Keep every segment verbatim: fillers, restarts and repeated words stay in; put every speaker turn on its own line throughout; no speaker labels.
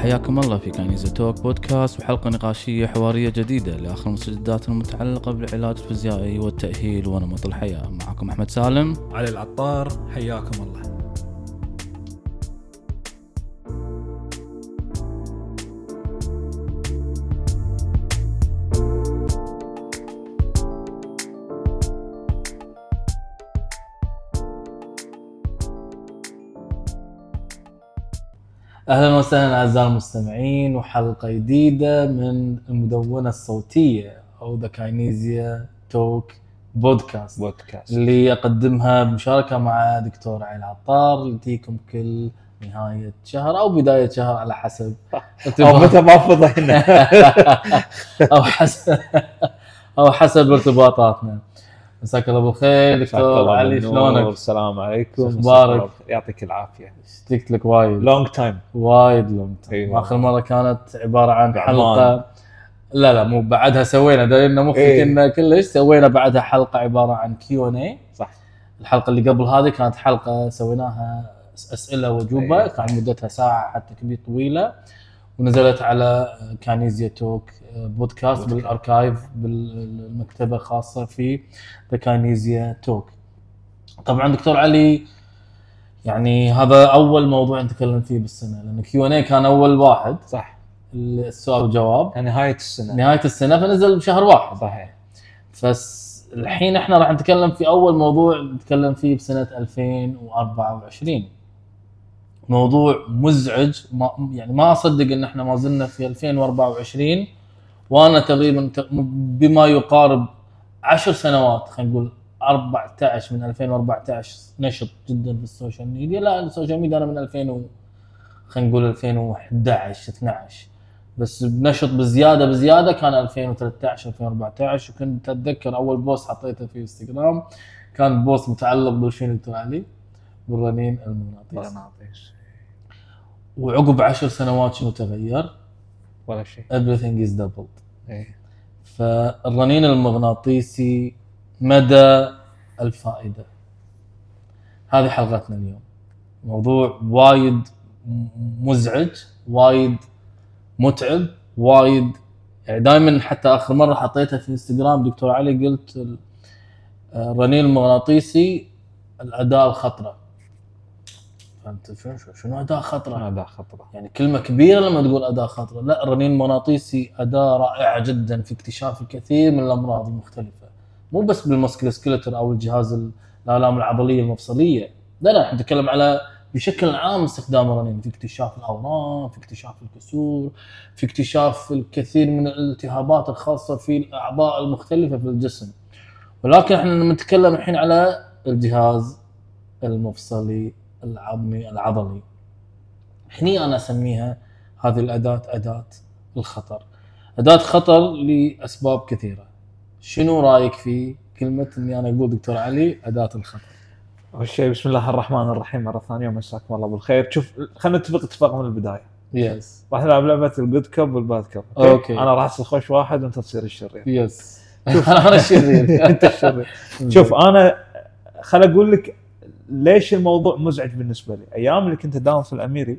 حياكم الله في كاينيزيا توك بودكاست وحلقة نقاشية حوارية جديدة لآخر المستجدات المتعلقة بالعلاج الفيزيائي والتأهيل ونمط الحياة. معكم أحمد سالم،
علي العطار، حياكم الله.
أهلا وسهلا أعزائي المستمعين، وحلقة جديدة من المدونة الصوتية أو ذا كاينيزيا توك بودكاست,
بودكاست
اللي يقدمها بمشاركة مع دكتور علي العطار، اللي تيكم كل نهاية شهر أو بداية شهر على حسب
أو متى ما فضينا
أو حسب أو حسب ارتباطاتنا. مساك الله بالخير دكتور علي، شلونك؟
السلام عليكم،
اخبارك؟
يعطيك العافيه.
اشتقت لك وايد،
لونج تايم
وايد لونج تايم. اخر مره كانت عباره عن حلقه، لا لا مو بعدها سوينا دليلنا مخي
ايه.
كنا كلش سوينا بعدها حلقه عباره عن كيو ان اي.
صح،
الحلقه اللي قبل هذه كانت حلقه سويناها اسئله وجوبه. ايه. كان مدتها ساعه حتى كبير طويله، ونزلت على كاينيزيا توك بودكاست بالاركايف بالمكتبه خاصه في ذا كاينيزيا توك. طبعا دكتور علي، يعني هذا اول موضوع نتكلم فيه بالسنه، لان كيو ان اي كان اول واحد.
صح،
السؤال وجواب
نهايه السنه
نهايه السنه فنزل بشهر واحد.
صحيح.
فالحين احنا راح نتكلم في اول موضوع نتكلم فيه بسنه ألفين وأربعة وعشرين، موضوع مزعج. ما يعني ما اصدق ان احنا ما زلنا في ألفين وأربعة وعشرين، وانا تقريبا بما يقارب عشر سنوات، خلينا نقول أربعة عشر من ألفين وأربعة عشر نشط جدا في السوشيال ميديا. لا السوشيال ميديا انا من ألفين و... خلينا نقول ألفين وأحد عشر اثنا عشر، بس نشط بزياده بزياده كان ألفين وثلاثة عشر ألفين وأربعة عشر. وكنت اتذكر اول بوست حطيته في انستغرام كان بوست متعلق بالشنو علي بالرنين المغناطيسي. وعقب عشر سنوات شنو تغير؟
ولا شيء.
everything is doubled.
ايه.
فالرنين المغناطيسي مدى الفائدة، هذه حلقتنا اليوم. موضوع وايد مزعج، وايد متعب، وايد يعني دائما. حتى آخر مرة حطيتها في انستغرام دكتور علي قلت الرنين المغناطيسي الأداة الخطرة. فأنت شنو شنو أداة خطرة؟
أداة خطرة
يعني كلمة كبيرة لما تقول أداة خطرة. لا، الرنين المغناطيسي أداة رائعة جدا في اكتشاف الكثير من الأمراض المختلفة، مو بس بالمسكلوسكيلتر أو الجهاز الآلام العضلية المفصلية. لا لا، احنا نتكلم على بشكل عام استخدام الرنين في اكتشاف الأورام، في اكتشاف الكسور، في اكتشاف الكثير من الالتهابات الخاصة في الأعضاء المختلفة في الجسم. ولكن احنا نتكلم الحين على الجهاز المفصلي العظمي العضلي. هني أنا أسميها هذه الأداة أداة الخطر. أداة خطر لأسباب كثيرة. شنو رأيك في كلمة إني أنا أقول دكتور علي أداة الخطر؟
أول شيء بسم الله الرحمن الرحيم مرة ثانية، ومساكم الله بالخير. شوف، خلينا نتفق اتفاق من البداية.
يس.
راح نلعب لعبة الجود كاب والباد كاب.
أوكي.
أنا راح أصير خوش واحد وأنت تصير الشرير.
يس. أنا الشرير.
أنت الشرير. شوف، أنا خل أقول لك ليش الموضوع مزعج بالنسبة لي. أيام اللي كنت داوم في الأميري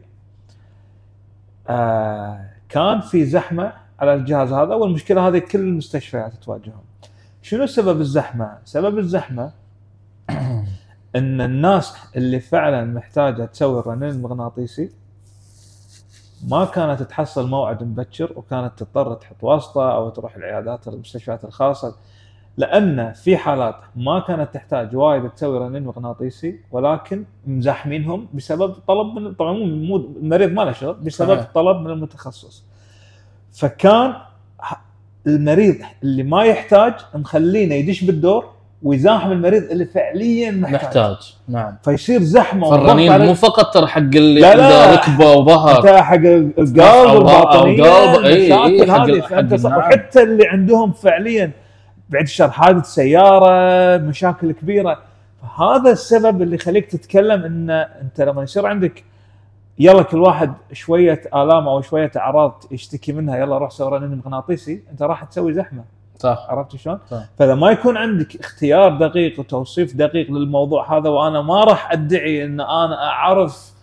آه كان في زحمة على الجهاز هذا، والمشكلة هذه كل المستشفيات تواجههم. شنو سبب الزحمة؟ سبب الزحمة إن الناس اللي فعلا محتاجة تسوي الرنين المغناطيسي ما كانت تحصل موعد مبكر، وكانت تضطر تحط واسطة أو تروح العيادات المستشفيات الخاصة، لأن في حالات ما كانت تحتاج وايد تسوي رنين مغناطيسي، ولكن مزاحمينهم بسبب طلب من، طبعا مو المريض ما له شغل، بسبب صحيح. طلب من المتخصص. فكان المريض اللي ما يحتاج مخلينه يدش بالدور ويزاحم المريض اللي فعليا محتاج, محتاج.
نعم.
فيصير زحمه.
فالرنين مو فقط ترى حق اللي عنده ركبه وظهر،
انت حق القلب والباطنيه،
اي اي حق
حق وحتى اللي عندهم فعليا بعد الشر حادث سياره، مشاكل كبيره. فهذا السبب اللي يخليك تتكلم ان انت لما يصير عندك يلا كل واحد شويه الام او شويه اعراض يشتكي منها، يلا روح سوي رنين مغناطيسي، انت راح تسوي زحمه.
صح.
عرفت شلون؟ فاذا ما يكون عندك اختيار دقيق وتوصيف دقيق للموضوع هذا، وانا ما راح ادعي ان انا اعرف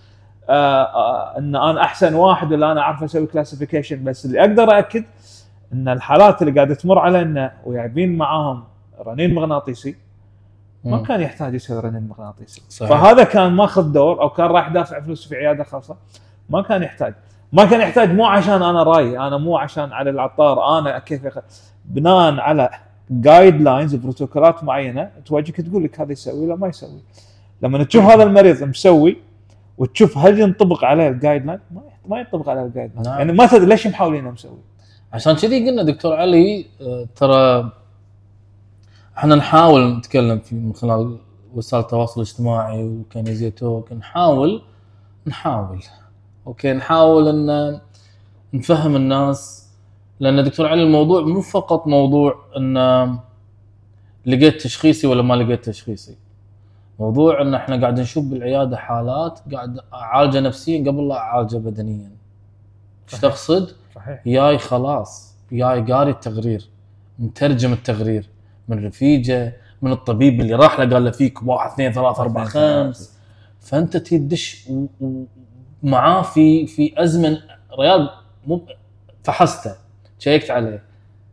آه آه ان انا احسن واحد ولا انا اعرف اسوي كلاسيفيكيشن، بس اللي اقدر اكد ان الحالات اللي قاعده تمر علينا ويعبين معاهم رنين مغناطيسي ما
مم.
كان يحتاج يسوي رنين مغناطيسي.
صحيح.
فهذا كان ماخذ دور او كان راح دافع فلوس في عياده خاصه، ما كان يحتاج ما كان يحتاج مو عشان انا راي، انا مو عشان على العطار انا كيف يخ... بناء على جايد لاينز بروتوكولات معينه توجهك تقول لك هذا يسوي لا ما يسوي. لما تشوف هذا المريض مسوي وتشوف هل ينطبق عليه الجايد لاين، ما ما ينطبق عليه الجايد لاين.
نعم.
يعني ما تدري ليش محاولين مسوي.
عشان كذي قلنا دكتور علي آه، ترى احنا نحاول نتكلم في من خلال وسائل التواصل الاجتماعي وكنيزيا توك، نحاول نحاول اوكي نحاول ان نفهم الناس، لان دكتور علي الموضوع مو فقط موضوع ان لقيت تشخيصي ولا ما لقيت تشخيصي، موضوع ان احنا قاعد نشوف بالعياده حالات قاعد اعالجه نفسيا قبل لا اعالجه بدنيا. ايش تقصد؟
صحيح.
ياي خلاص ياي قاري التقرير، مترجم التقرير من رفيجه، من الطبيب اللي راح له قال له فيك واحد اثنين ثلاثة أربعة خمس، فانت تدش معاه في في ازمه ريال، مو فحصته شيكت عليه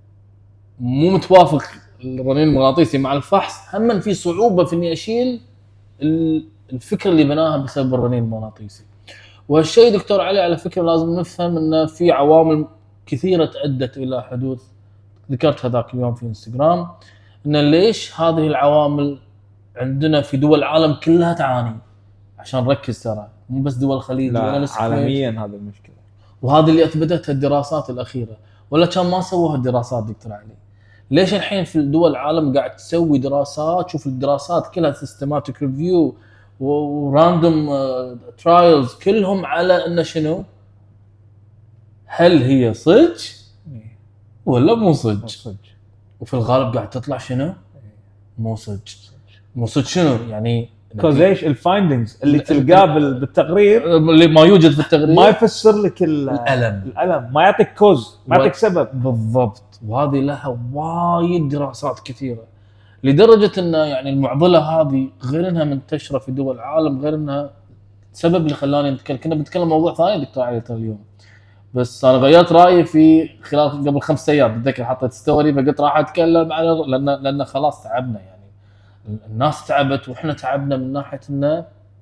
مو متوافق الرنين المغناطيسي مع الفحص، هم في صعوبه في اني اشيل الفكره اللي بناها بسبب الرنين المغناطيسي. وهالشيء دكتور علي على فكره لازم نفهم ان في عوامل كثيره ادت الى حدوث، ذكرت هذاك اليوم في انستغرام ان ليش هذه العوامل عندنا في دول العالم كلها تعاني، عشان نركز ترى مو بس دول الخليج
لا عالميا هذا المشكله،
وهذا اللي اثبتتها الدراسات الاخيره، ولا كان ما سووها الدراسات دكتور علي؟ ليش الحين في دول العالم قاعد تسوي دراسات، شوف الدراسات كلها سيستماتيك ريفيو وراندوم ترايلز كلهم على انه شنو؟ هل هي صدق ولا مو صدق؟ وفي الغالب قاعد تطلع شنو؟ مو صدق. مو صدق شنو يعني؟
كوزيش الفايندينجز اللي تلقاه بالتقرير
اللي ما يوجد في التقرير
ما يفسر لك
الالم
الالم ما يعطيك كوز، ما يعطيك سبب
بالضبط. وهذه لها وايد دراسات كثيره لدرجه ان يعني المعضله هذه غير انها منتشره في دول العالم، غير انها سبب اللي خلاني نتكلم. كنا بنتكلم موضوع ثاني دكتور علي اليوم، بس انا غيرت رايي في خلال قبل خمس ايام بتذكر حطيت ستوري فقلت راح اتكلم على لان لان خلاص تعبنا، يعني الناس تعبت واحنا تعبنا من ناحيه ان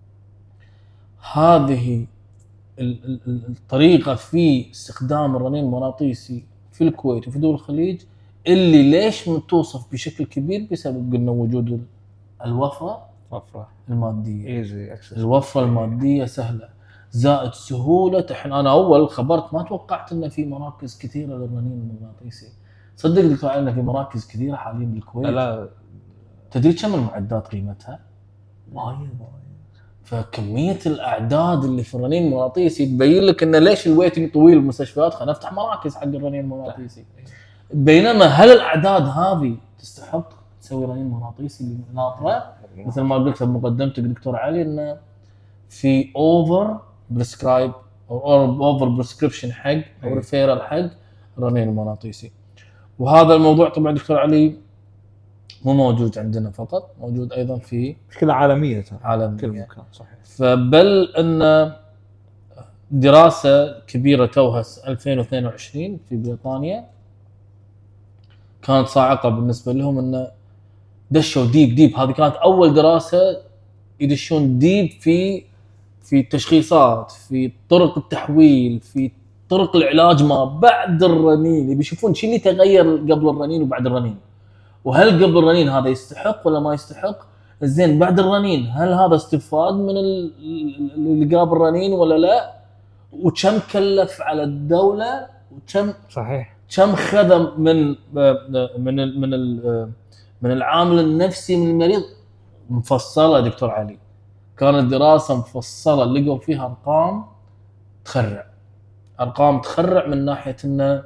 هذه الطريقه في استخدام الرنين المغناطيسي في الكويت وفي دول الخليج اللي ليش متوصف بشكل كبير بسبب قلنا وجود الوفره
وفره
الماديه،
ايزي اكسس،
الوفره الماديه سهله زائد سهوله. احنا انا اول خبرت ما توقعت ان في مراكز كثيره للرنين المغناطيسي، صدق دكتور علي في مراكز كثيره حاليا بالكويت.
لا
تدري كم المعدات قيمتها؟ وايد. فكميه الاعداد اللي في الرنين المغناطيسي تبين لك ان ليش الويتنج طويل بالمستشفيات، خلينا نفتح مراكز حق الرنين المغناطيسي. بينما هل الاعداد هذه تستحق تسوي رنين مغناطيسي ناطره؟ مثل ما قلت بمقدمتك دكتور علي انه في اوفر بريسكرايب او اوفر بريسكريبشن حق او ريفيرال حق الرنين المغناطيسي. وهذا الموضوع طبعا دكتور علي مو موجود عندنا فقط، موجود ايضا في
مشكله عالميه
عالمية
كل مكان. صحيح.
فبل ان دراسه كبيره توها ألفين واثنين وعشرين في بريطانيا كانت صاعقه بالنسبه لهم، انه دشوا ديب ديب. هذه كانت اول دراسه يدشون ديب في في تشخيصات، في طرق التحويل، في طرق العلاج ما بعد الرنين، بيشوفون شو اللي تغير قبل الرنين وبعد الرنين، وهل قبل الرنين هذا يستحق ولا ما يستحق. زين بعد الرنين هل هذا استفاد من اللي قبل الرنين ولا لا، وكم كلف على الدوله، وكم
صحيح
كم خذ من من من من العامل النفسي من المريض. مفصله دكتور علي، كانت دراسه مفصله لقوا فيها ارقام تخرع، ارقام تخرع من ناحيه انه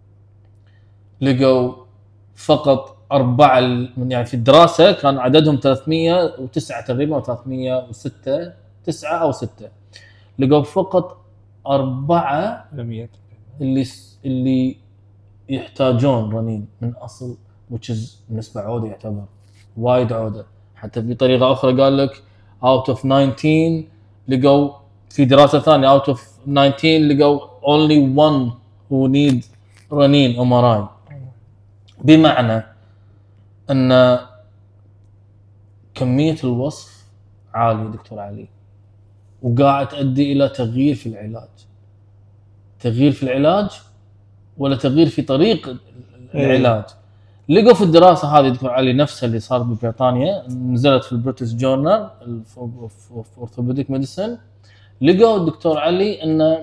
لقوا فقط أربعة من يعني في الدراسة كان عددهم ثلاثمية وتسعة تقريبا أو ثلاثمية وستة تسعة أو ستة، لقوا فقط أربعة اللي اللي يحتاجون رنين من أصل، which is نسبة عودة يعتبر وايد عودة. حتى بطريقة أخرى قال لك out of nineteen لقوا في دراسه ثانيه اوت اوف تسعة عشر لقوا only one who need رنين ام ار اي، بمعنى ان كميه الوصف عاليه دكتور علي، وقاعد تؤدي الى تغيير في العلاج، تغيير في العلاج ولا تغيير في طريق العلاج. لقوا في الدراسه هذه دكتور علي نفسها اللي صارت ببريطانيا، نزلت في البريتش جورنال اوف اورثوبيديك ميديسن، لقوا الدكتور علي انه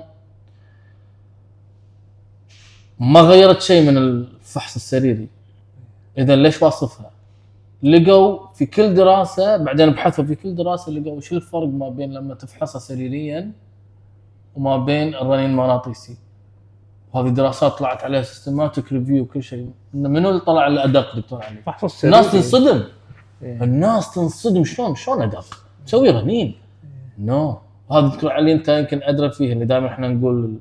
ما غيرت شيء من الفحص السريري. اذا ليش واصفها؟ لقوا في كل دراسه، بعدين بحثوا في كل دراسه لقوا وش الفرق ما بين لما تفحصها سريريا وما بين الرنين المغناطيسي. وهذه دراسات طلعت عليها سيستماتيك ريفيو وكل شيء. منو اللي طلع الادق دكتور علي؟
فحص السريري.
الناس تنصدم.
إيه.
الناس تنصدم شلون شلون ادق تسوي رنين؟ نو no. هذا دكتور علي انت يمكن ادرى فيه، اللي دائما احنا نقول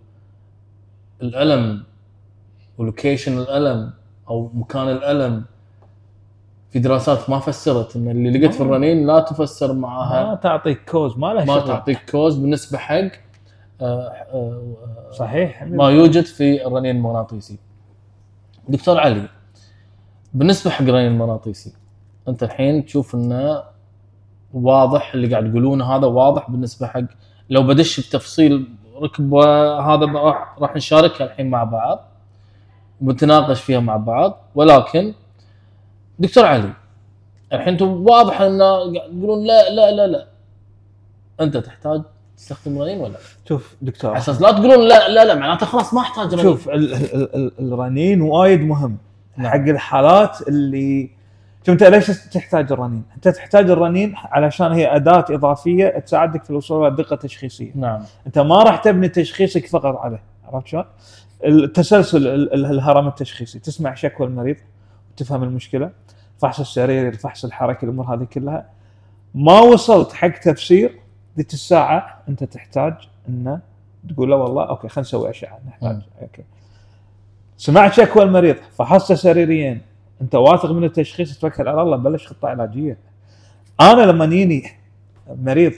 الالم ولوكيشن الالم او مكان الالم في دراسات ما فسرت ان اللي لقيت في الرنين لا تفسر معها،
ما تعطيك كوز، ما له
ما
شغل.
تعطيك كوز بالنسبه حق آه آه
صحيح
ما يوجد في الرنين المغناطيسي. دكتور علي بالنسبه حق الرنين المغناطيسي انت الحين تشوف انه واضح اللي قاعد تقولونه، هذا واضح بالنسبه حق لو بدش بتفصيل ركبه هذا راح راح نشاركها الحين مع بعض ونتناقش فيها مع بعض. ولكن دكتور علي الحين انتم واضح ان تقولون لا لا لا لا انت تحتاج تستخدم رنين ولا لا؟
شوف دكتور،
على اساس لا تقولون لا لا لا معناته خلاص ما احتاج رنين.
شوف ال ال ال الرنين وايد مهم. نعم. حق الحالات اللي شوف انت ليش تحتاج الرنين؟ انت تحتاج الرنين علشان هي اداه اضافيه تساعدك في الوصول الى دقه تشخيصيه.
نعم.
انت ما راح تبني تشخيصك فقط عليه، عرفت شلون؟ التسلسل الهرم التشخيصي، تسمع شكوى المريض وتفهم المشكله، فحص السريري، الفحص الحركي، الامور هذه كلها. ما وصلت حق تفسير ذيك الساعه انت تحتاج انه تقول له والله اوكي خلينا نسوي اشعه نحتاج. م. اوكي سمعت شكوى المريض، فحصت سريريا، انت واثق من التشخيص، توكل على الله بلش خطه علاجيه. انا لما يجيني مريض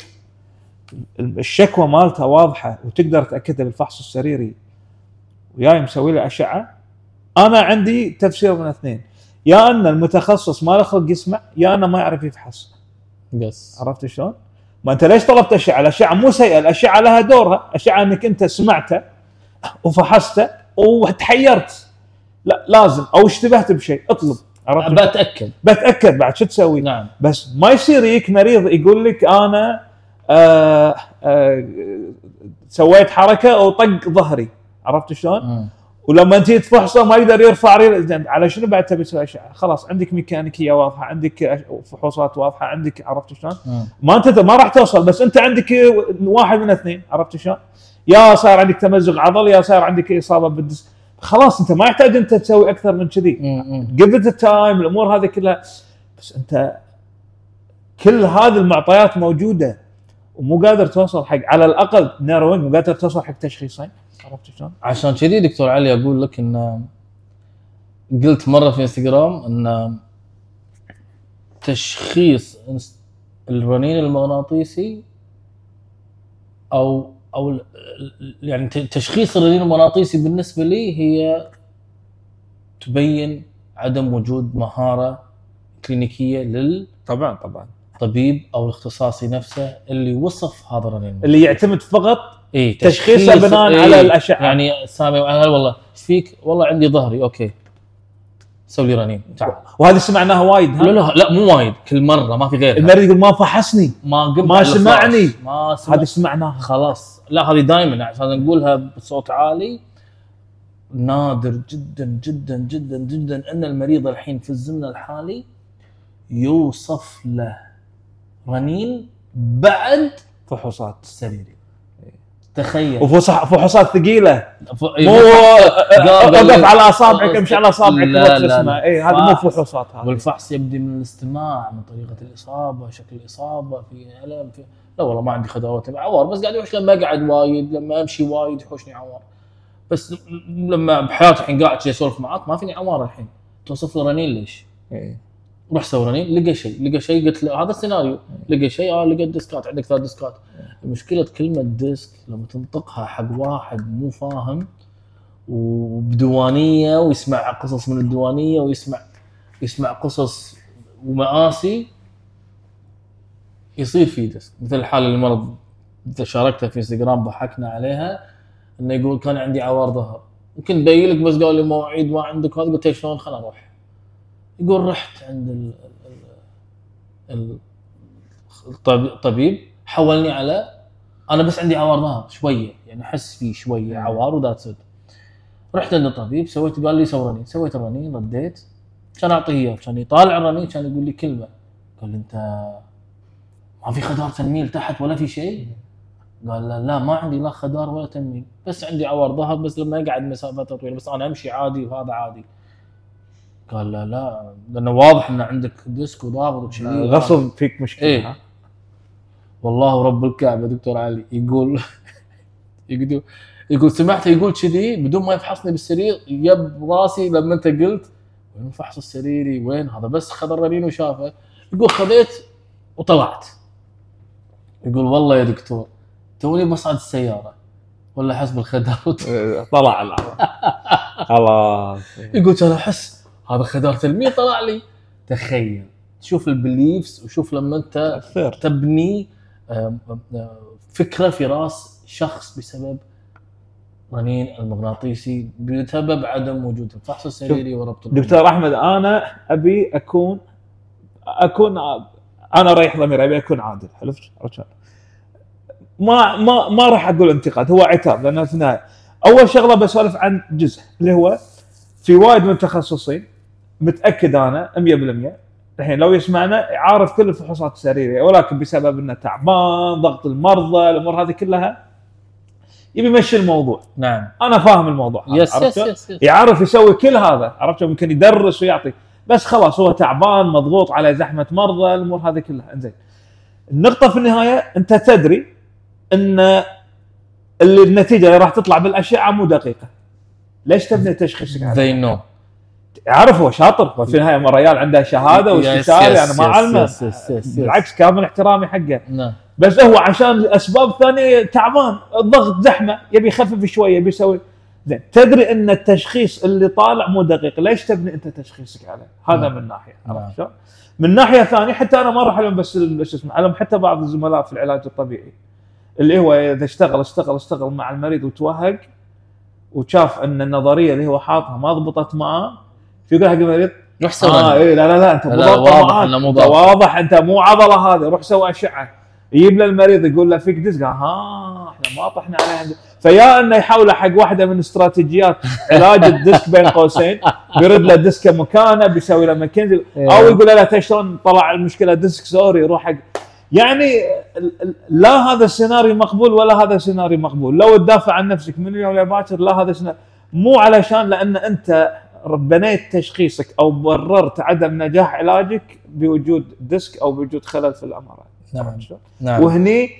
الشكوى مالته واضحه وتقدر تاكدها بالفحص السريري وياي مسوي له اشعه، انا عندي تفسير من اثنين: يا ان المتخصص ما له خلق يسمع، يا انه ما يعرف يفحص.
بس
عرفت شلون؟ ما انت ليش طلبت اشعه؟ الاشعه مو سيئه، الاشعه لها دورها. اشعه انك انت سمعته وفحصته وتحيرت، لا لازم او اشتبهت بشيء اطلب. عرفت؟
بتاكد
بتاكد بعد شو تسوي؟
نعم.
بس ما يصير يجيك مريض يقول لك انا آآ آآ سويت حركه وطق ظهري، عرفت شلون؟ م. ولما انت تفحصه ما يقدر يرفع رجله، على شنو بعد تبي تسوي اشعه؟ خلاص عندك ميكانيكيه واضحه، عندك فحوصات واضحه، عندك، عرفت شلون؟ ما انت ما راح توصل، بس انت عندك واحد من اثنين، عرفت شلون؟ يا صار عندك تمزق عضلي، يا صار عندك اصابه بالدس. خلاص انت ما يحتاج انت تسوي اكثر من كذي. give it the time، الامور هذه كلها. بس انت كل هذه المعطيات موجوده ومو قادر توصل حق على الاقل ناروينج، مو قادر توصل حق تشخيصين. عرفت شلون؟
عشان كذي دكتور علي اقول لك ان قلت مره في انستغرام ان تشخيص الرنين المغناطيسي او او يعني تشخيص الرنين المغناطيسي بالنسبه لي هي تبين عدم وجود مهاره كلينيكيه لل
طبعا طبعا
طبيب او الاختصاصي نفسه اللي وصف هذا الرنين،
اللي يعتمد فقط
إيه
تشخيصه بناء إيه على الاشعه.
يعني سامي هل والله ايش فيك؟ والله عندي ظهري، اوكي سوي لي رنين تعال.
وهذا سمعناها وايد.
لا لا لا مو وايد، كل مره ما في غيرها.
المريض يقول ما فحصني،
ما
ما سمعني،
ما سمع.
هذه سمعناها
خلاص. لا هذه دائما عشان نقولها بصوت عالي. نادر جدا جدا جدا جدا ان المريض الحين في الزمن الحالي يوصف له رنين بعد
فحوصات
سريري. تخيل.
وفحوصات ثقيله،
ف...
مو وقف على اصابعك، امشي على اصابعك وقت اسمه. اي هذا مو فحوصات. هذا
والفحص يبدي من الاستماع، من طريقه الاصابه، شكل الاصابه، في الم في... لا والله ما عندي خدوات عوار، بس قاعد يحوش لما اقعد وايد، لما امشي وايد يحوشني عوار. بس لما بحياتي الحين قاعد اسولف معاك ما فيني عوار. الحين توصف لي رنين ليش؟
اي
روح سوي رنين، لقى شيء لقى شيء قلت له هذا السيناريو، لقى شيء اه لقى ديسكات، عندك ثلاث ديسكات. مشكله كلمه ديسك لما تنطقها حق واحد مو فاهم وبديوانيه ويسمع قصص من الديوانيه ويسمع يسمع قصص ومآسي، يصير في ديسك. مثل الحاله اللي مرض شاركتها في انستغرام ضحكنا عليها، انه يقول كان عندي عوار ظهر يمكن بيجي لك بس قال لي مواعيد ما عندك هذا، قلت شلون خلنا نروح. يقول رحت عند ال ال الطبيب حولني على انا بس عندي عوار ظهر شويه يعني احس فيه شويه عوار وذات. رحت عند الطبيب سويت قال لي سوي رنين، سويت الرنين رديت كان اعطيه اياه كان يطالع الرنين كان يقول لي كلمه، قال لي انت ما في خدار تنميل تحت ولا في شيء؟ قال لا, لا ما عندي لا خدار ولا تنميل بس عندي عوار ظهر بس لما اقعد مسافات طويله بس انا امشي عادي وهذا عادي. قال لا لا لانه واضح ان عندك ديسك وضابط وشيء
غصب فيك مشكله.
إيه؟ والله رب الكعبه دكتور علي يقول يقول يقول سمعته يقول كذي بدون ما يفحصني بالسرير يب راسي لما انت قلت وين الفحص السريري وين هذا بس خذ الرنين وشافه. يقول خذيت وطلعت. يقول والله يا دكتور توني بصعد السياره ولا حسب الخدار
طلع لا خلاص.
يقول انا احس هذا خدار تلميذ طلع لي. تخيل شوف البليفز وشوف لما انت تبني فكره في راس شخص بسبب رنين المغناطيسي بسبب عدم وجود الفحص السريري وربط.
دكتور احمد انا ابي اكون اكون انا رايح ضميري ابي اكون عادل. عرفت ما ما ما راح اقول انتقاد هو عتاب لان في النهايه اول شغله بسولف عن جزء اللي هو في وايد من التخصصين متاكد انا مية بالمية الحين لو يسمعنا عارف كل الفحوصات السريريه ولكن بسبب انه تعبان ضغط المرضى الامور هذه كلها يبي يمشي الموضوع.
نعم
انا فاهم الموضوع
يس يس يس يس.
يعرف يسوي كل هذا عرفت ممكن يدرس ويعطي بس خلاص هو تعبان مضغوط على زحمه مرضى الامور هذه كلها. انزين النقطه في النهايه انت تدري ان اللي النتيجه اللي راح تطلع بالاشعه مو دقيقه ليش تبني تشخيصك عليه؟
they know
يعرف هو شاطر وفي النهايه ريال عنده شهاده واستشاري انا ما علمه بالعكس كامل احترامي حقه
no.
بس هو عشان اسباب ثانيه تعبان الضغط زحمه يبي يخفف شويه يبي يسوي زين. تدري ان التشخيص اللي طالع مو دقيق ليش تبني انت تشخيصك عليه؟ هذا no. من ناحيه عرفت no. من ناحيه ثانيه حتى انا ما راح الوم بس بس اسمع علم حتى بعض الزملاء في العلاج الطبيعي اللي هو اذا اشتغل اشتغل اشتغل مع المريض وتوهق وشاف ان النظريه اللي هو حاطها ما ضبطت معاه في يقول حق المريض
روح سوي
اه اي لا لا لا انت
واضح انه مو
واضح انت مو عضله هذه روح سوي اشعه. يجيب له المريض يقول له فيك ديسك ها احنا ما طحنا عليه. فيا انه يحاول حق واحده من استراتيجيات علاج الديسك بين قوسين بيرد له ديسك مكانه بيسوي له ماكنزي او يقول له لا شلون طلع المشكله ديسك سوري روح حق يعني لا هذا السيناريو مقبول ولا هذا السيناريو مقبول. لو تدافع عن نفسك من اليوم لباكر لا هذا السيناريو مو علشان لان انت بنيت تشخيصك او بررت عدم نجاح علاجك بوجود ديسك او بوجود خلل في الامارات.
نعم. نعم.
وهني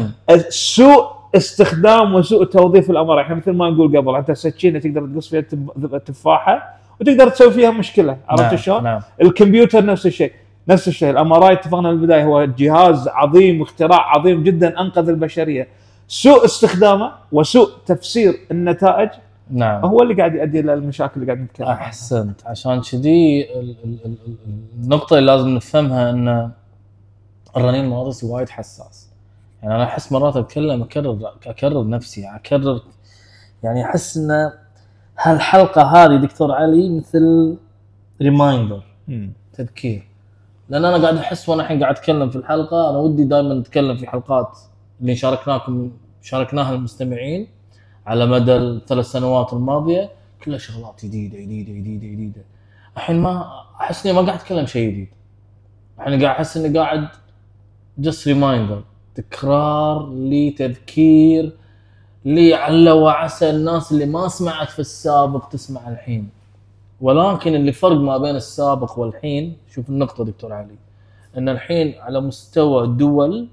سوء استخدام وسوء توظيف الامارات. احنا مثل ما نقول قبل انت سكينه تقدر تقص فيها تفاحه وتقدر تسوي فيها مشكله عرفت شلون؟
نعم.
الكمبيوتر نفس الشيء نفس الشيء. الامارات اتفقنا من البدايه هو جهاز عظيم واختراع عظيم جدا انقذ البشريه. سوء استخدامه وسوء تفسير النتائج
نعم
هو اللي قاعد يؤدي الى المشاكل اللي قاعد نتكلم عنها.
احسنت. عشان كذي النقطه اللي لازم نفهمها ان الرنين المغناطيسي وايد حساس. يعني انا احس مرات اتكلم اكرر اكرر نفسي اكرر يعني احس ان هالحلقه هذه دكتور علي مثل ريمايندر تذكير لان انا قاعد احس وانا الحين قاعد اتكلم في الحلقه انا ودي دائما نتكلم في حلقات اللي شاركناكم شاركناها المستمعين على مدى الثلاث سنوات الماضيه كلها شغلات جديده جديده جديده جديده. الحين ما احس اني ما قاعد اتكلم شيء جديد. الحين قاعد احس اني قاعد just reminder تكرار لتذكير لعل وعسى الناس اللي ما سمعت في السابق تسمع الحين. ولكن اللي فرق ما بين السابق والحين شوف النقطة دكتور علي ان الحين على مستوى دول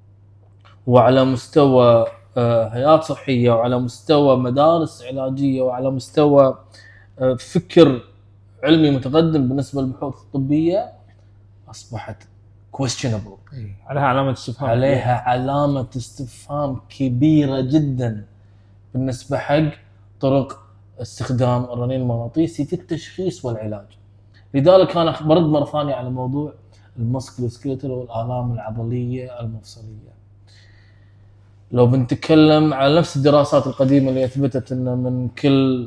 وعلى مستوى هيئات صحية وعلى مستوى مدارس علاجية وعلى مستوى فكر علمي متقدم بالنسبة للبحوث الطبية اصبحت questionable،
عليها علامه استفهام،
عليها علامه استفهام كبيره جدا بالنسبه حق طرق استخدام الرنين المغناطيسي في التشخيص والعلاج. لذلك انا برد مره ثانيه على موضوع المسكولوسكيلتال والآلام العضليه المفصليه. لو بنتكلم على نفس الدراسات القديمه اللي اثبتت ان من كل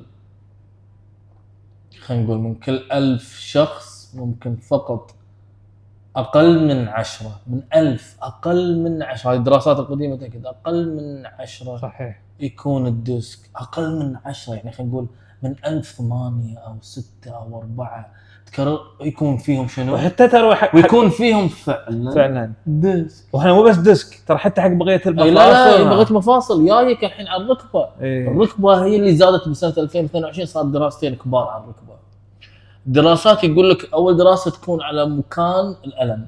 خلينا نقول من كل ألف شخص ممكن فقط أقل من عشرة من ألف أقل من عشرة، هذه الدراسات القديمة تأكد أقل من عشرة
صحيح
يكون الديسك أقل من عشرة، يعني خلينا نقول من ألف ثمانية أو ستة أو أربعة تكرر يكون فيهم شنو؟
وحتى ترى حق
ويكون فيهم فعلا
فعلا
ديسك.
واحنا مو بس ديسك، ترى حتى حق بقيه المفاصل.
لا لا بغيت مفاصل جايك الحين على الركبة.
إيه.
الركبة هي اللي زادت بسنة ألفين واثنين وعشرين، صار دراستين كبار على الركبة. دراسات يقول لك أول دراسة تكون على مكان الألم،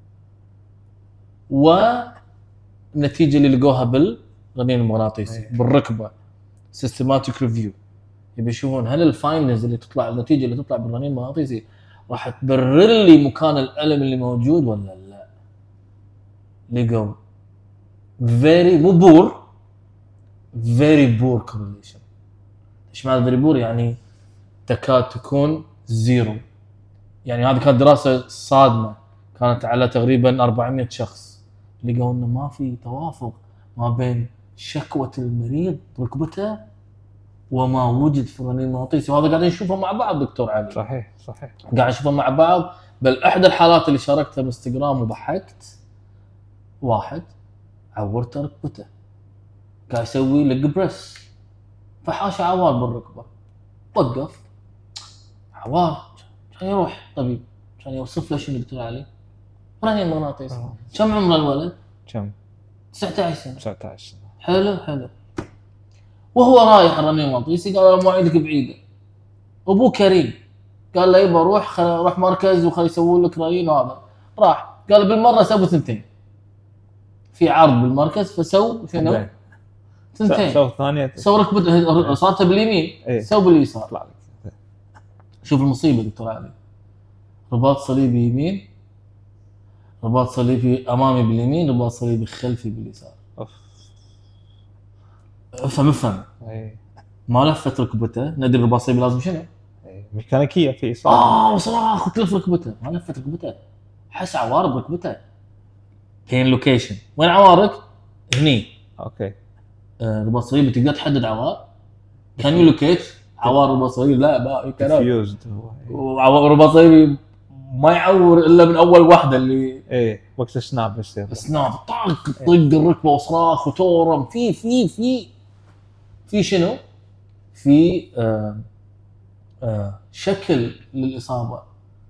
والنتيجة اللي لقوها بالرنين المغناطيسي
أيه.
بالركبة سيستماتيك ريفيو، يبي يشوفون هل الفايندز اللي تطلع النتيجة اللي تطلع بالرنين المغناطيسي راح تبرر لي مكان الألم اللي موجود ولا لا. لقوا very مو بور very poor correlation. ايش معنى very poor؟ يعني تكاد تكون زيرو. يعني هذه كانت دراسة صادمة، كانت على تقريبا أربعمية شخص، لقوا انه ما في توافق ما بين شكوى المريض ركبته وما وجد في الرنين المغناطيسي، وهذا قاعدين نشوفه مع بعض دكتور علي.
صحيح صحيح
قاعد نشوفه مع بعض. بل احدى الحالات اللي شاركتها بالانستغرام وضحكت، واحد عورت ركبته قاعد يسوي لج بريس فحاش عوار بالركبه، وقف عوار عشان يروح طبيب عشان يوصف له شنو دكتور علي رنين مغناطيسي. كم عمر الولد؟
كم؟
تسعة عشر سنه.
تسعة عشر سنه.
حلو حلو. وهو رايح الرنين المغناطيسي قال له مواعيدك بعيده. ابوه كريم قال له يبا روح خل... روح مركز وخلي يسوون لك رنين. وهذا راح قال بالمره سووا ثنتين في عرض بالمركز، فسووا شنو ثنتين،
سووا ثانيه
سو ركبته صارت باليمين
ايه.
سو باليسار.
طلع لك.
شوف المصيبه دكتور علي، رباط صليبي يمين، رباط صليبي امامي باليمين، رباط صليبي خلفي باليسار.
اوف
افهم افهم
اي
ما لفت ركبته. ندري الرباط الصليبي لازم شنو؟
اي ميكانيكيه في صار.
اه وصراخ وتلف ركبته، ما لفت ركبته، حس عوار بركبته. بين لوكيشن وين عوارك؟ هني.
اوكي.
آه رباط صليبي تقدر تحدد عوار؟ كان يلوكيت عوار رباط صليبي؟ لا ما كلام.
فيوزد هو.
وعوار رباط صليبي ما يعور الا من اول واحده اللي
ايه وقت السناب يصير
سناب طق طق الركبه وصراخ وتورم. في في في في شنو؟ في آه آه شكل للاصابه.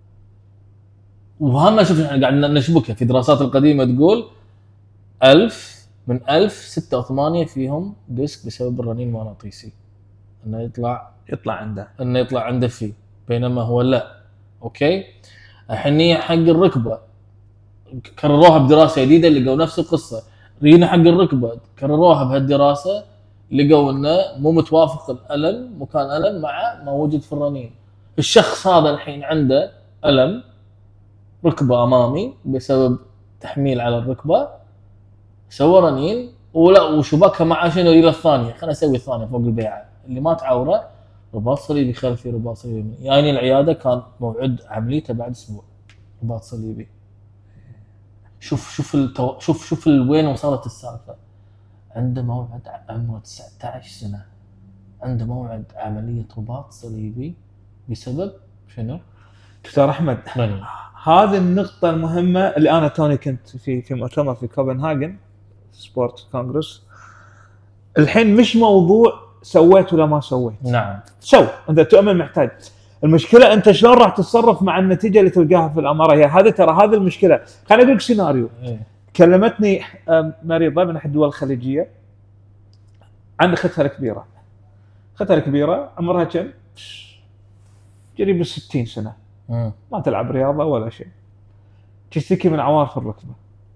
وهم شوف احنا قاعد نشبكها في دراسات القديمه تقول ألف من ألف ستة أو ثمانية فيهم ديسك بسبب الرنين المغناطيسي انه يطلع
يطلع عنده
انه يطلع عنده فيه، بينما هو لا. اوكي الحين حق الركبه كرروها بدراسه جديده لقوا نفس القصه. رينا حق الركبه كرروها بهالدراسه لقوا انه مو متوافق الالم مكان الم مع ما وجد في الرنين. الشخص هذا الحين عنده الم ركبه امامي بسبب تحميل على الركبه، سوى رنين ولا وشبكها مع شنو الى الثانيه. خلينا نسوي الثانيه فوق البيعه اللي ما تعوره رباط صليبي خلفي رباط صليبي. يعني العياده كان موعد عمليته بعد اسبوع رباط صليبي. شوف شوف التو... شوف شوف وين وصلت السالفه. عنده موعد عمره تسعة عشر سنه، عنده موعد عمليه رباط صليبي بسبب شنو؟
دكتور احمد
رنين.
هذه النقطة المهمة اللي أنا توني كنت في في مؤتمر في كوبنهاجن سبورت كونغرس. الحين مش موضوع سويت ولا ما سويت.
نعم.
سو أنت تؤمن محتاج. المشكلة أنت شلون راح تتصرف مع النتيجة اللي تلقاها في الأمارة. هي هذا ترى هذه المشكلة. خليني أقول لك سيناريو.
إيه.
كلمتني مريضة من أحد الدول الخليجية، عندها ختها الكبيرة. ختها الكبيرة عمرها كم؟ قريب الستين سنة.
مم.
ما تلعب رياضة ولا شيء، تشتكي من عوار في الركبة،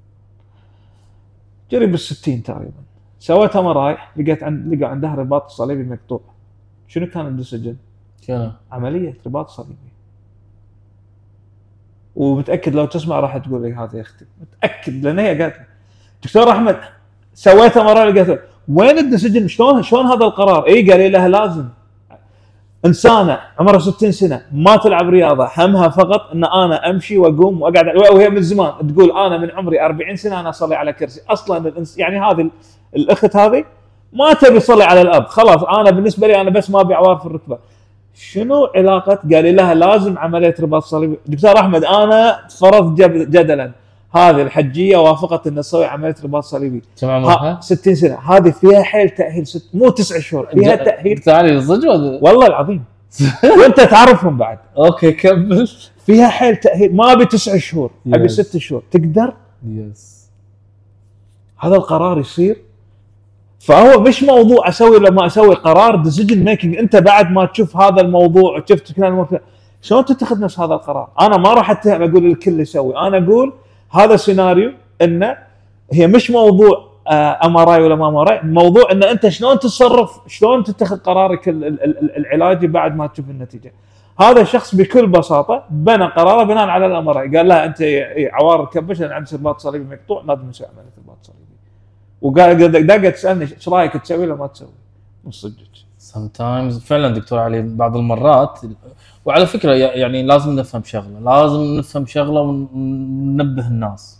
قريب الستين تقريبا. سويتها مرايح لقيت عند لقى عندها رباط صليبي مقطوع. شنو كان الديسجن؟
شنو؟
عملية رباط صليبي. ومتاكد لو تسمع راح تقول لي هذه اختي، متاكد لان هي قالت دكتور احمد سويتها مره قالت له وين السجن شلون شلون هذا القرار؟ اي قال لي لها لازم انسانه عمرها ستين سنه ما تلعب رياضه، همها فقط ان انا امشي واقوم واقعد، وهي من زمان تقول انا من عمري أربعين سنه انا اصلي على كرسي. اصلا الانس... يعني هذه الاخت هذه ما تبي تصلي على الارض، خلاص انا بالنسبه لي انا بس ما ابي عوار في الركبه. شنو علاقه؟ قال لي لها لازم عمليه رباط صليبي. دكتور احمد انا فرض جدلا هذه الحجيه وافقت ان تسوي عمليه رباط صليبي
كم عمرها؟
ستين سنه. هذه فيها حيل تاهيل ست مو تسع شهور فيها تاهيل.
تعالي صدق
والله العظيم وانت تعرفهم بعد.
اوكي كمل.
فيها حيل تاهيل ما ابي تسع شهور ابي ست شهور. تقدر؟
يس.
هذا القرار يصير. فهو مش موضوع اسوي لما اسوي قرار ديسيجن ميكينج. انت بعد ما تشوف هذا الموضوع وشفت كل الامور شلون تتخذ نفس هذا القرار. انا ما راح اتهم اقول الكل يسوي، انا اقول هذا سيناريو انه هي مش موضوع امراي ولا ما امراي، موضوع ان انت شلون تتصرف شلون تتخذ قرارك العلاجي بعد ما تشوف النتيجه. هذا الشخص بكل بساطه بنى قراره بناء على الامراي، قال لا انت عوار الكبش انا عندي رباط صليبي مقطوع لازم نسوي عمليه رباط صليبي. وقال دقت تسالني ايش رايك تسوي ولا ما تسوي؟ مش صدق
sometimes فعلا دكتور علي بعض المرات. وعلى فكره يعني لازم نفهم شغله لازم نفهم شغله وننبه الناس.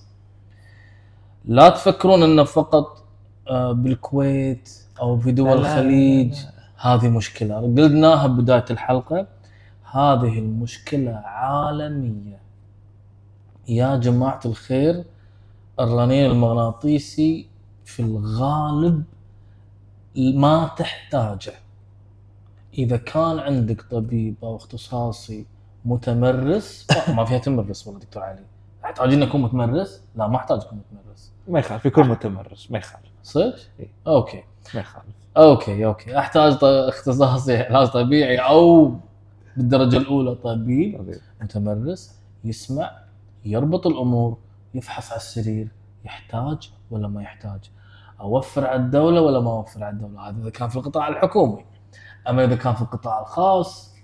لا تفكرون انه فقط بالكويت او في دول الخليج هذه مشكله. قلناها بدايه الحلقه هذه المشكله عالميه يا جماعه الخير. الرنين المغناطيسي في الغالب ما تحتاجه. اذا كان عندك طبيب او اختصاصي متمرس ما فيها تمرس. والله دكتور علي احتاج ان اكون متمرس؟ لا ما احتاج اكون متمرس.
ما يخالف يكون متمرس ما يخالف.
صدق؟
إيه؟
اوكي
ما يخالف.
اوكي اوكي احتاج اختصاصي علاج طبيعي او بالدرجه الاولى طبيب طبيب. متمرس يسمع يربط الامور يفحص على السرير يحتاج ولا ما يحتاج، اوفر على الدوله ولا ما اوفر على الدوله. هذا اذا كان في القطاع الحكومي. اما اذا كان في القطاع الخاص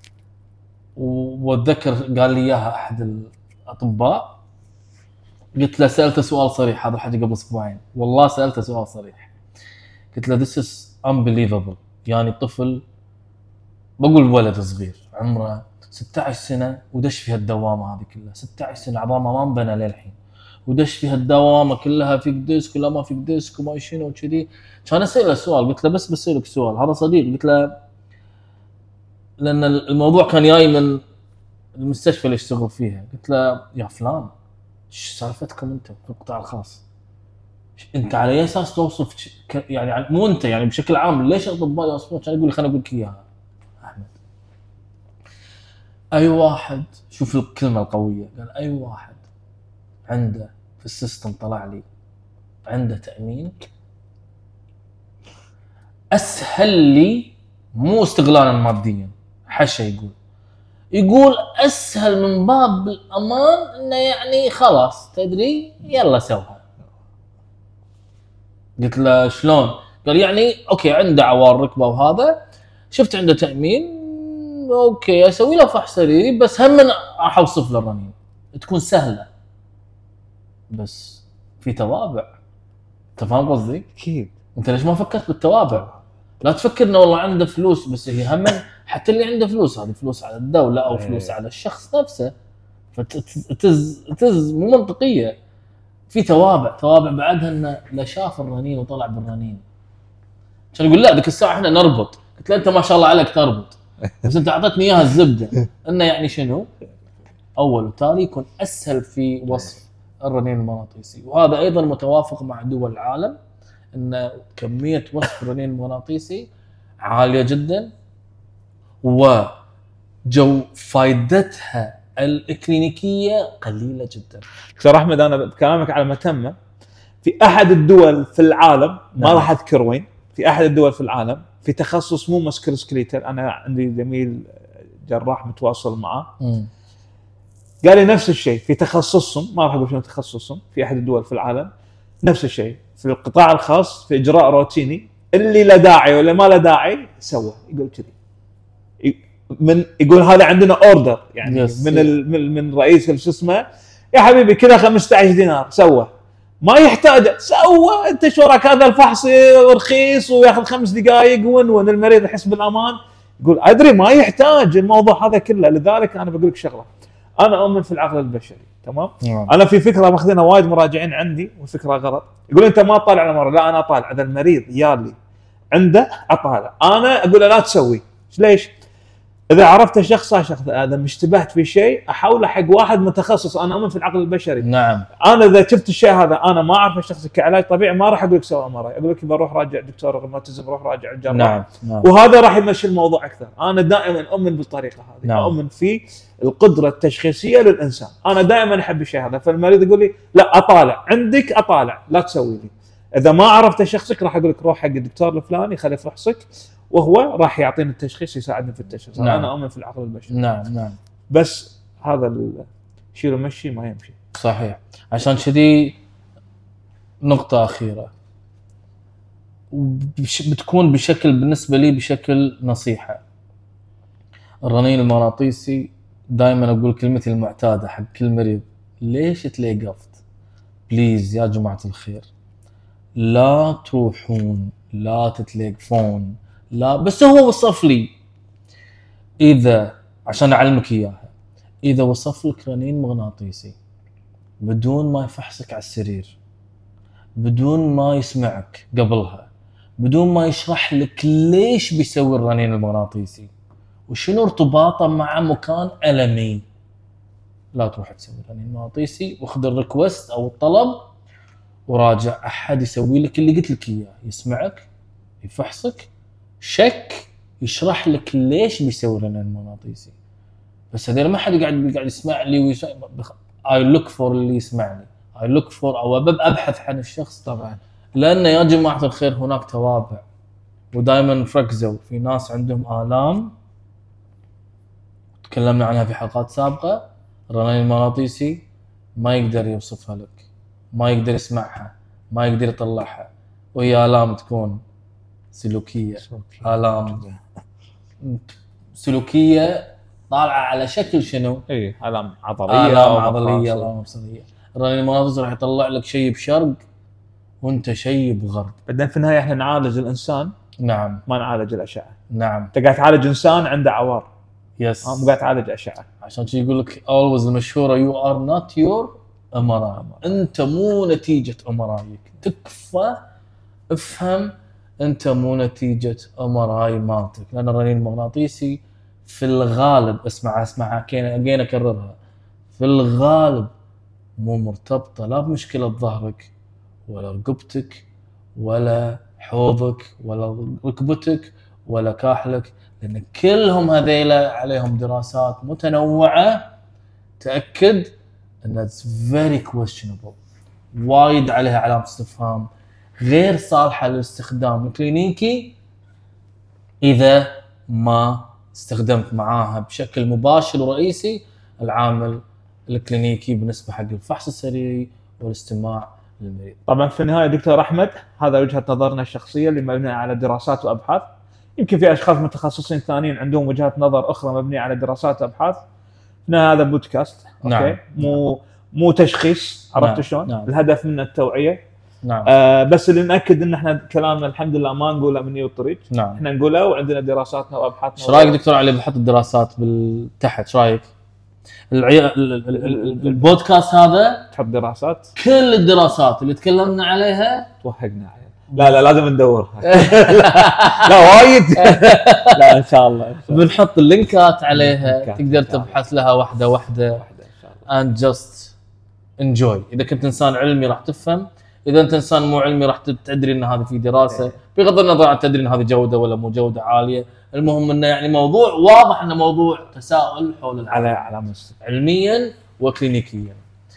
واتذكر قال لي اياها احد الاطباء قلت له سالته سؤال صريح هذا الحكي قبل اسبوعين والله سالته سؤال صريح قلت له this is unbelievable. يعني طفل بقول ولد صغير عمره ستة عشر سنه ودش في هالدوامه هذه كلها ستة عشر سنه عظامه ما انبنى للحين ودش في هالدوامه كلها فيك ديسك ولا ما فيك ديسك وما شنو وكذي. كان اساله سؤال قلت له بس بسالك سؤال هذا صديق قلت له لان الموضوع كان جاي من المستشفى اللي اشتغل فيها قلت له يا فلان ايش سالفتكم انتم في القطاع الخاص؟ انت على اي اساس توصف يعني مو انت يعني بشكل عام ليش الاطباء يوصفون؟ كان يقول لي خليني اقول لك اياها احمد. اي واحد شوف الكلمه القويه قال اي واحد عنده في السيستم طلع لي عنده تامين اسهل لي مو استغلالا ماديا حشا يقول يقول اسهل من باب الامان انه يعني خلاص تدري يلا سوها. قلت له شلون؟ قال يعني اوكي عنده عوار ركبه وهذا شفت عنده تامين اوكي اسوي له فحص سريري بس هم راح اوصف له الرنين تكون سهله بس في توابع. انت فاهم قصدي؟
اكيد.
انت ليش ما فكرت بالتوابع؟ لا تفكر انه والله عنده فلوس بس هي هم حتى اللي عنده فلوس هذه فلوس على الدوله او فلوس على الشخص نفسه فتز تز مو منطقيه. في توابع توابع بعدها انه لا شاف الرنين وطلع بالرنين. عشان يقول لا ذيك الساعه احنا نربط. قلت له انت ما شاء الله عليك تربط بس انت اعطيتني اياها الزبده انه يعني شنو اول وتالي يكون اسهل في وصف الرنين المغناطيسي. وهذا ايضا متوافق مع دول العالم ان كميه وصف الرنين المغناطيسي عاليه جدا وجو فائدتها الإكلينيكية قليلة جدا.
دكتور أحمد أنا بكلامك على متمة في أحد الدول في العالم ما راح أذكر وين في أحد الدول في العالم في تخصص مو مسكروسكليتال. أنا عندي زميل جراح متواصل معه م. قال لي نفس الشيء في تخصصهم ما راح أقول شنو تخصصهم في أحد الدول في العالم نفس الشيء في القطاع الخاص في إجراء روتيني اللي لا داعي ولا ما لا داعي سوى يقول كذي من يقول هذا عندنا اوردر يعني
Yes.
من ال من, من رئيس شو اسمه يا حبيبي كذا خمسة عشر دينار سوى ما يحتاج سوى انت شو راك هذا الفحص رخيص وياخذ خمس دقائق ون ون المريض يحس بالامان يقول ادري ما يحتاج الموضوع هذا كله. لذلك انا بقول لك شغله انا اؤمن في العقل البشري تمام.
نعم.
انا في فكره ماخذينها وايد مراجعين عندي والفكره غلط يقول انت ما تطالع على المرض لا انا اطالع اذا المريض يالي عنده اطالع انا اقول له لا تسوي ليش اذا عرفت الشخص شخص هذا مشتبهت في شيء احوله حق واحد متخصص. انا اؤمن في العقل البشري.
نعم.
انا اذا شفت الشيء هذا انا ما اعرف الشخص كعلاج طبيعي ما راح اقول لك سوي امراي اقول لك بروح راجع دكتور الروماتيزم روح راجع الجراح.
نعم. نعم.
وهذا راح يمشي الموضوع اكثر. انا دائما اؤمن بالطريقه هذه.
نعم.
اؤمن في القدره التشخيصيه للانسان. انا دائما احب الشيء هذا. فالمريض يقول لي لا اطالع عندك اطالع لا تسوي لي اذا ما عرفت شخصك راح اقول لك روح حق الدكتور الفلاني خليه يفحصك وهو راح يعطيني التشخيص يساعدني في التشخيص.
نعم.
انا اؤمن في العقل البشري.
نعم. نعم.
بس هذا الشيء مشي ما يمشي.
صحيح. عشان كذي نقطة أخيرة وبش- بتكون بشكل بالنسبة لي بشكل نصيحة. الرنين المغناطيسي دائما أقول كلمتي المعتادة حق كل مريض ليش تليقفت بليز يا جماعة الخير لا تروحون لا تتليقفون لا بس هو وصف لي إذا عشان أعلمك إياها إذا وصف لك رنين مغناطيسي بدون ما يفحصك على السرير بدون ما يسمعك قبلها بدون ما يشرح لك ليش بيسوي الرنين المغناطيسي وشنو ارتباطه مع مكان ألمي لا تروح تسوي الرنين المغناطيسي واخذ الريكوست أو الطلب وراجع أحد يسوي لك اللي قلت لك إياه يسمعك يفحصك شك يشرح لك ليش بيسوي الرنين المغناطيسي. بس هذول ما حد قاعد قاعد يسمع لي ويش... I look for اللي يسمعني I look for أو أبحث عن الشخص طبعا لأن يا جماعة الخير هناك توابع ودائما فركزوا في ناس عندهم آلام تكلمنا عنها في حلقات سابقة. الرنين المغناطيسي ما يقدر يوصفها لك ما يقدر يسمعها ما يقدر يطلعها وهي آلام تكون سلوكية آلام سلوكية طالعة على شكل شنو؟
اي آلام عضلية
آلام عضلية آلام مفصلية. الرنين المغناطيسي راح يطلع لك شيء بشرق وانت شيء بغرب.
بعدين في النهاية احنا نعالج الانسان
نعم.
ما نعالج الاشعة.
نعم.
انت قاعد تعالج انسان عنده عوار
يس.
مو قاعد تعالج اشعة.
عشان شي يقول لك always المشهورة you are not your إم آر آي انت مو نتيجة إم آر آيك تكفى افهم انت مو نتيجة إم آر آي مالتك. لان الرنين المغناطيسي في الغالب اسمع اسمع كين اكررها في الغالب مو مرتبطة لا بمشكلة ظهرك ولا رقبتك ولا حوضك ولا ركبتك ولا كاحلك لان كلهم هذيلا عليهم دراسات متنوعة تأكد ان it's very questionable وايد عليها علامة استفهام غير صالحة للاستخدام الكلينيكي اذا ما استخدمت معاها بشكل مباشر ورئيسي العامل الكلينيكي بالنسبة حق الفحص السريري والاستماع للمريض.
طبعا في النهاية دكتور أحمد هذا وجهة نظرنا الشخصية اللي مبنية على دراسات وأبحاث. يمكن في أشخاص متخصصين ثانيين عندهم وجهات نظر أخرى مبنية على دراسات وأبحاث. هنا هذا بودكاست أوكي
نعم.
مو مو تشخيص عرفت
نعم.
شلون؟
نعم.
الهدف منه التوعية.
نعم.
آه بس اللي نأكد إن إحنا كلامنا الحمد لله ما نقوله من الطريق.
نعم.
إحنا نقوله وعندنا دراساتنا وأبحاثنا.
ايش رايك دكتور علي بحط الدراسات بالتحت ايش رايك؟ العي... ال- ال- ال- البودكاست هذا
تحط دراسات
كل الدراسات اللي تكلمنا عليها
توهقنا عيال. لا لا لازم ندورها. لا وايد. لا إن شاء الله, إن شاء الله.
بنحط اللينكات عليها
اللينكات
تقدر
إن شاء الله.
تبحث لها واحدة واحدة
واحدة إن شاء الله.
and just enjoy. إذا كنت إنسان علمي راح تفهم إذا أنت إنسان مو علمي راح تدري إن هذه في دراسة بغض النظر عن تدري إن هذه جودة ولا مو جودة عالية. المهم إنه يعني موضوع واضح إنه موضوع تساؤل حول العالم
على على مستوى
علميا وكلينيكيا.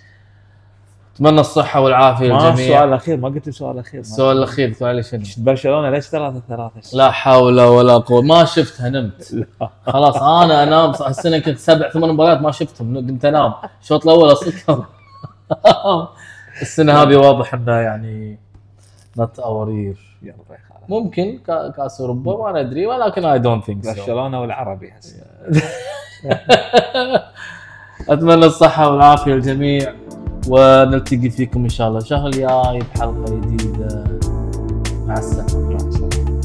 أتمنى الصحة والعافية
ما
للجميع.
السؤال الأخير ما قلت السؤال الأخير.
السؤال الأخير سؤال لي شنو؟
برشلونة ليش ثلاثة ثلاثة؟
لا حول ولا قوة ما شفتها نمت خلاص أنا أنام السنة كنت سبع ثمان مباريات ما شفتهم كنت أنام الشوط الأول أصلا السنة هذه واضح إنها يعني not our year.
يلا خلاص.
ممكن كاس اوروبا ما ندري، ولكن اي دونت ثينك سو.
برشلونه والعربي هسه.
اتمنى الصحه والعافيه للجميع، ونلتقي فيكم ان شاء الله الشهر الجاي بحلقه جديده. مع السلامه.
مع السلامه.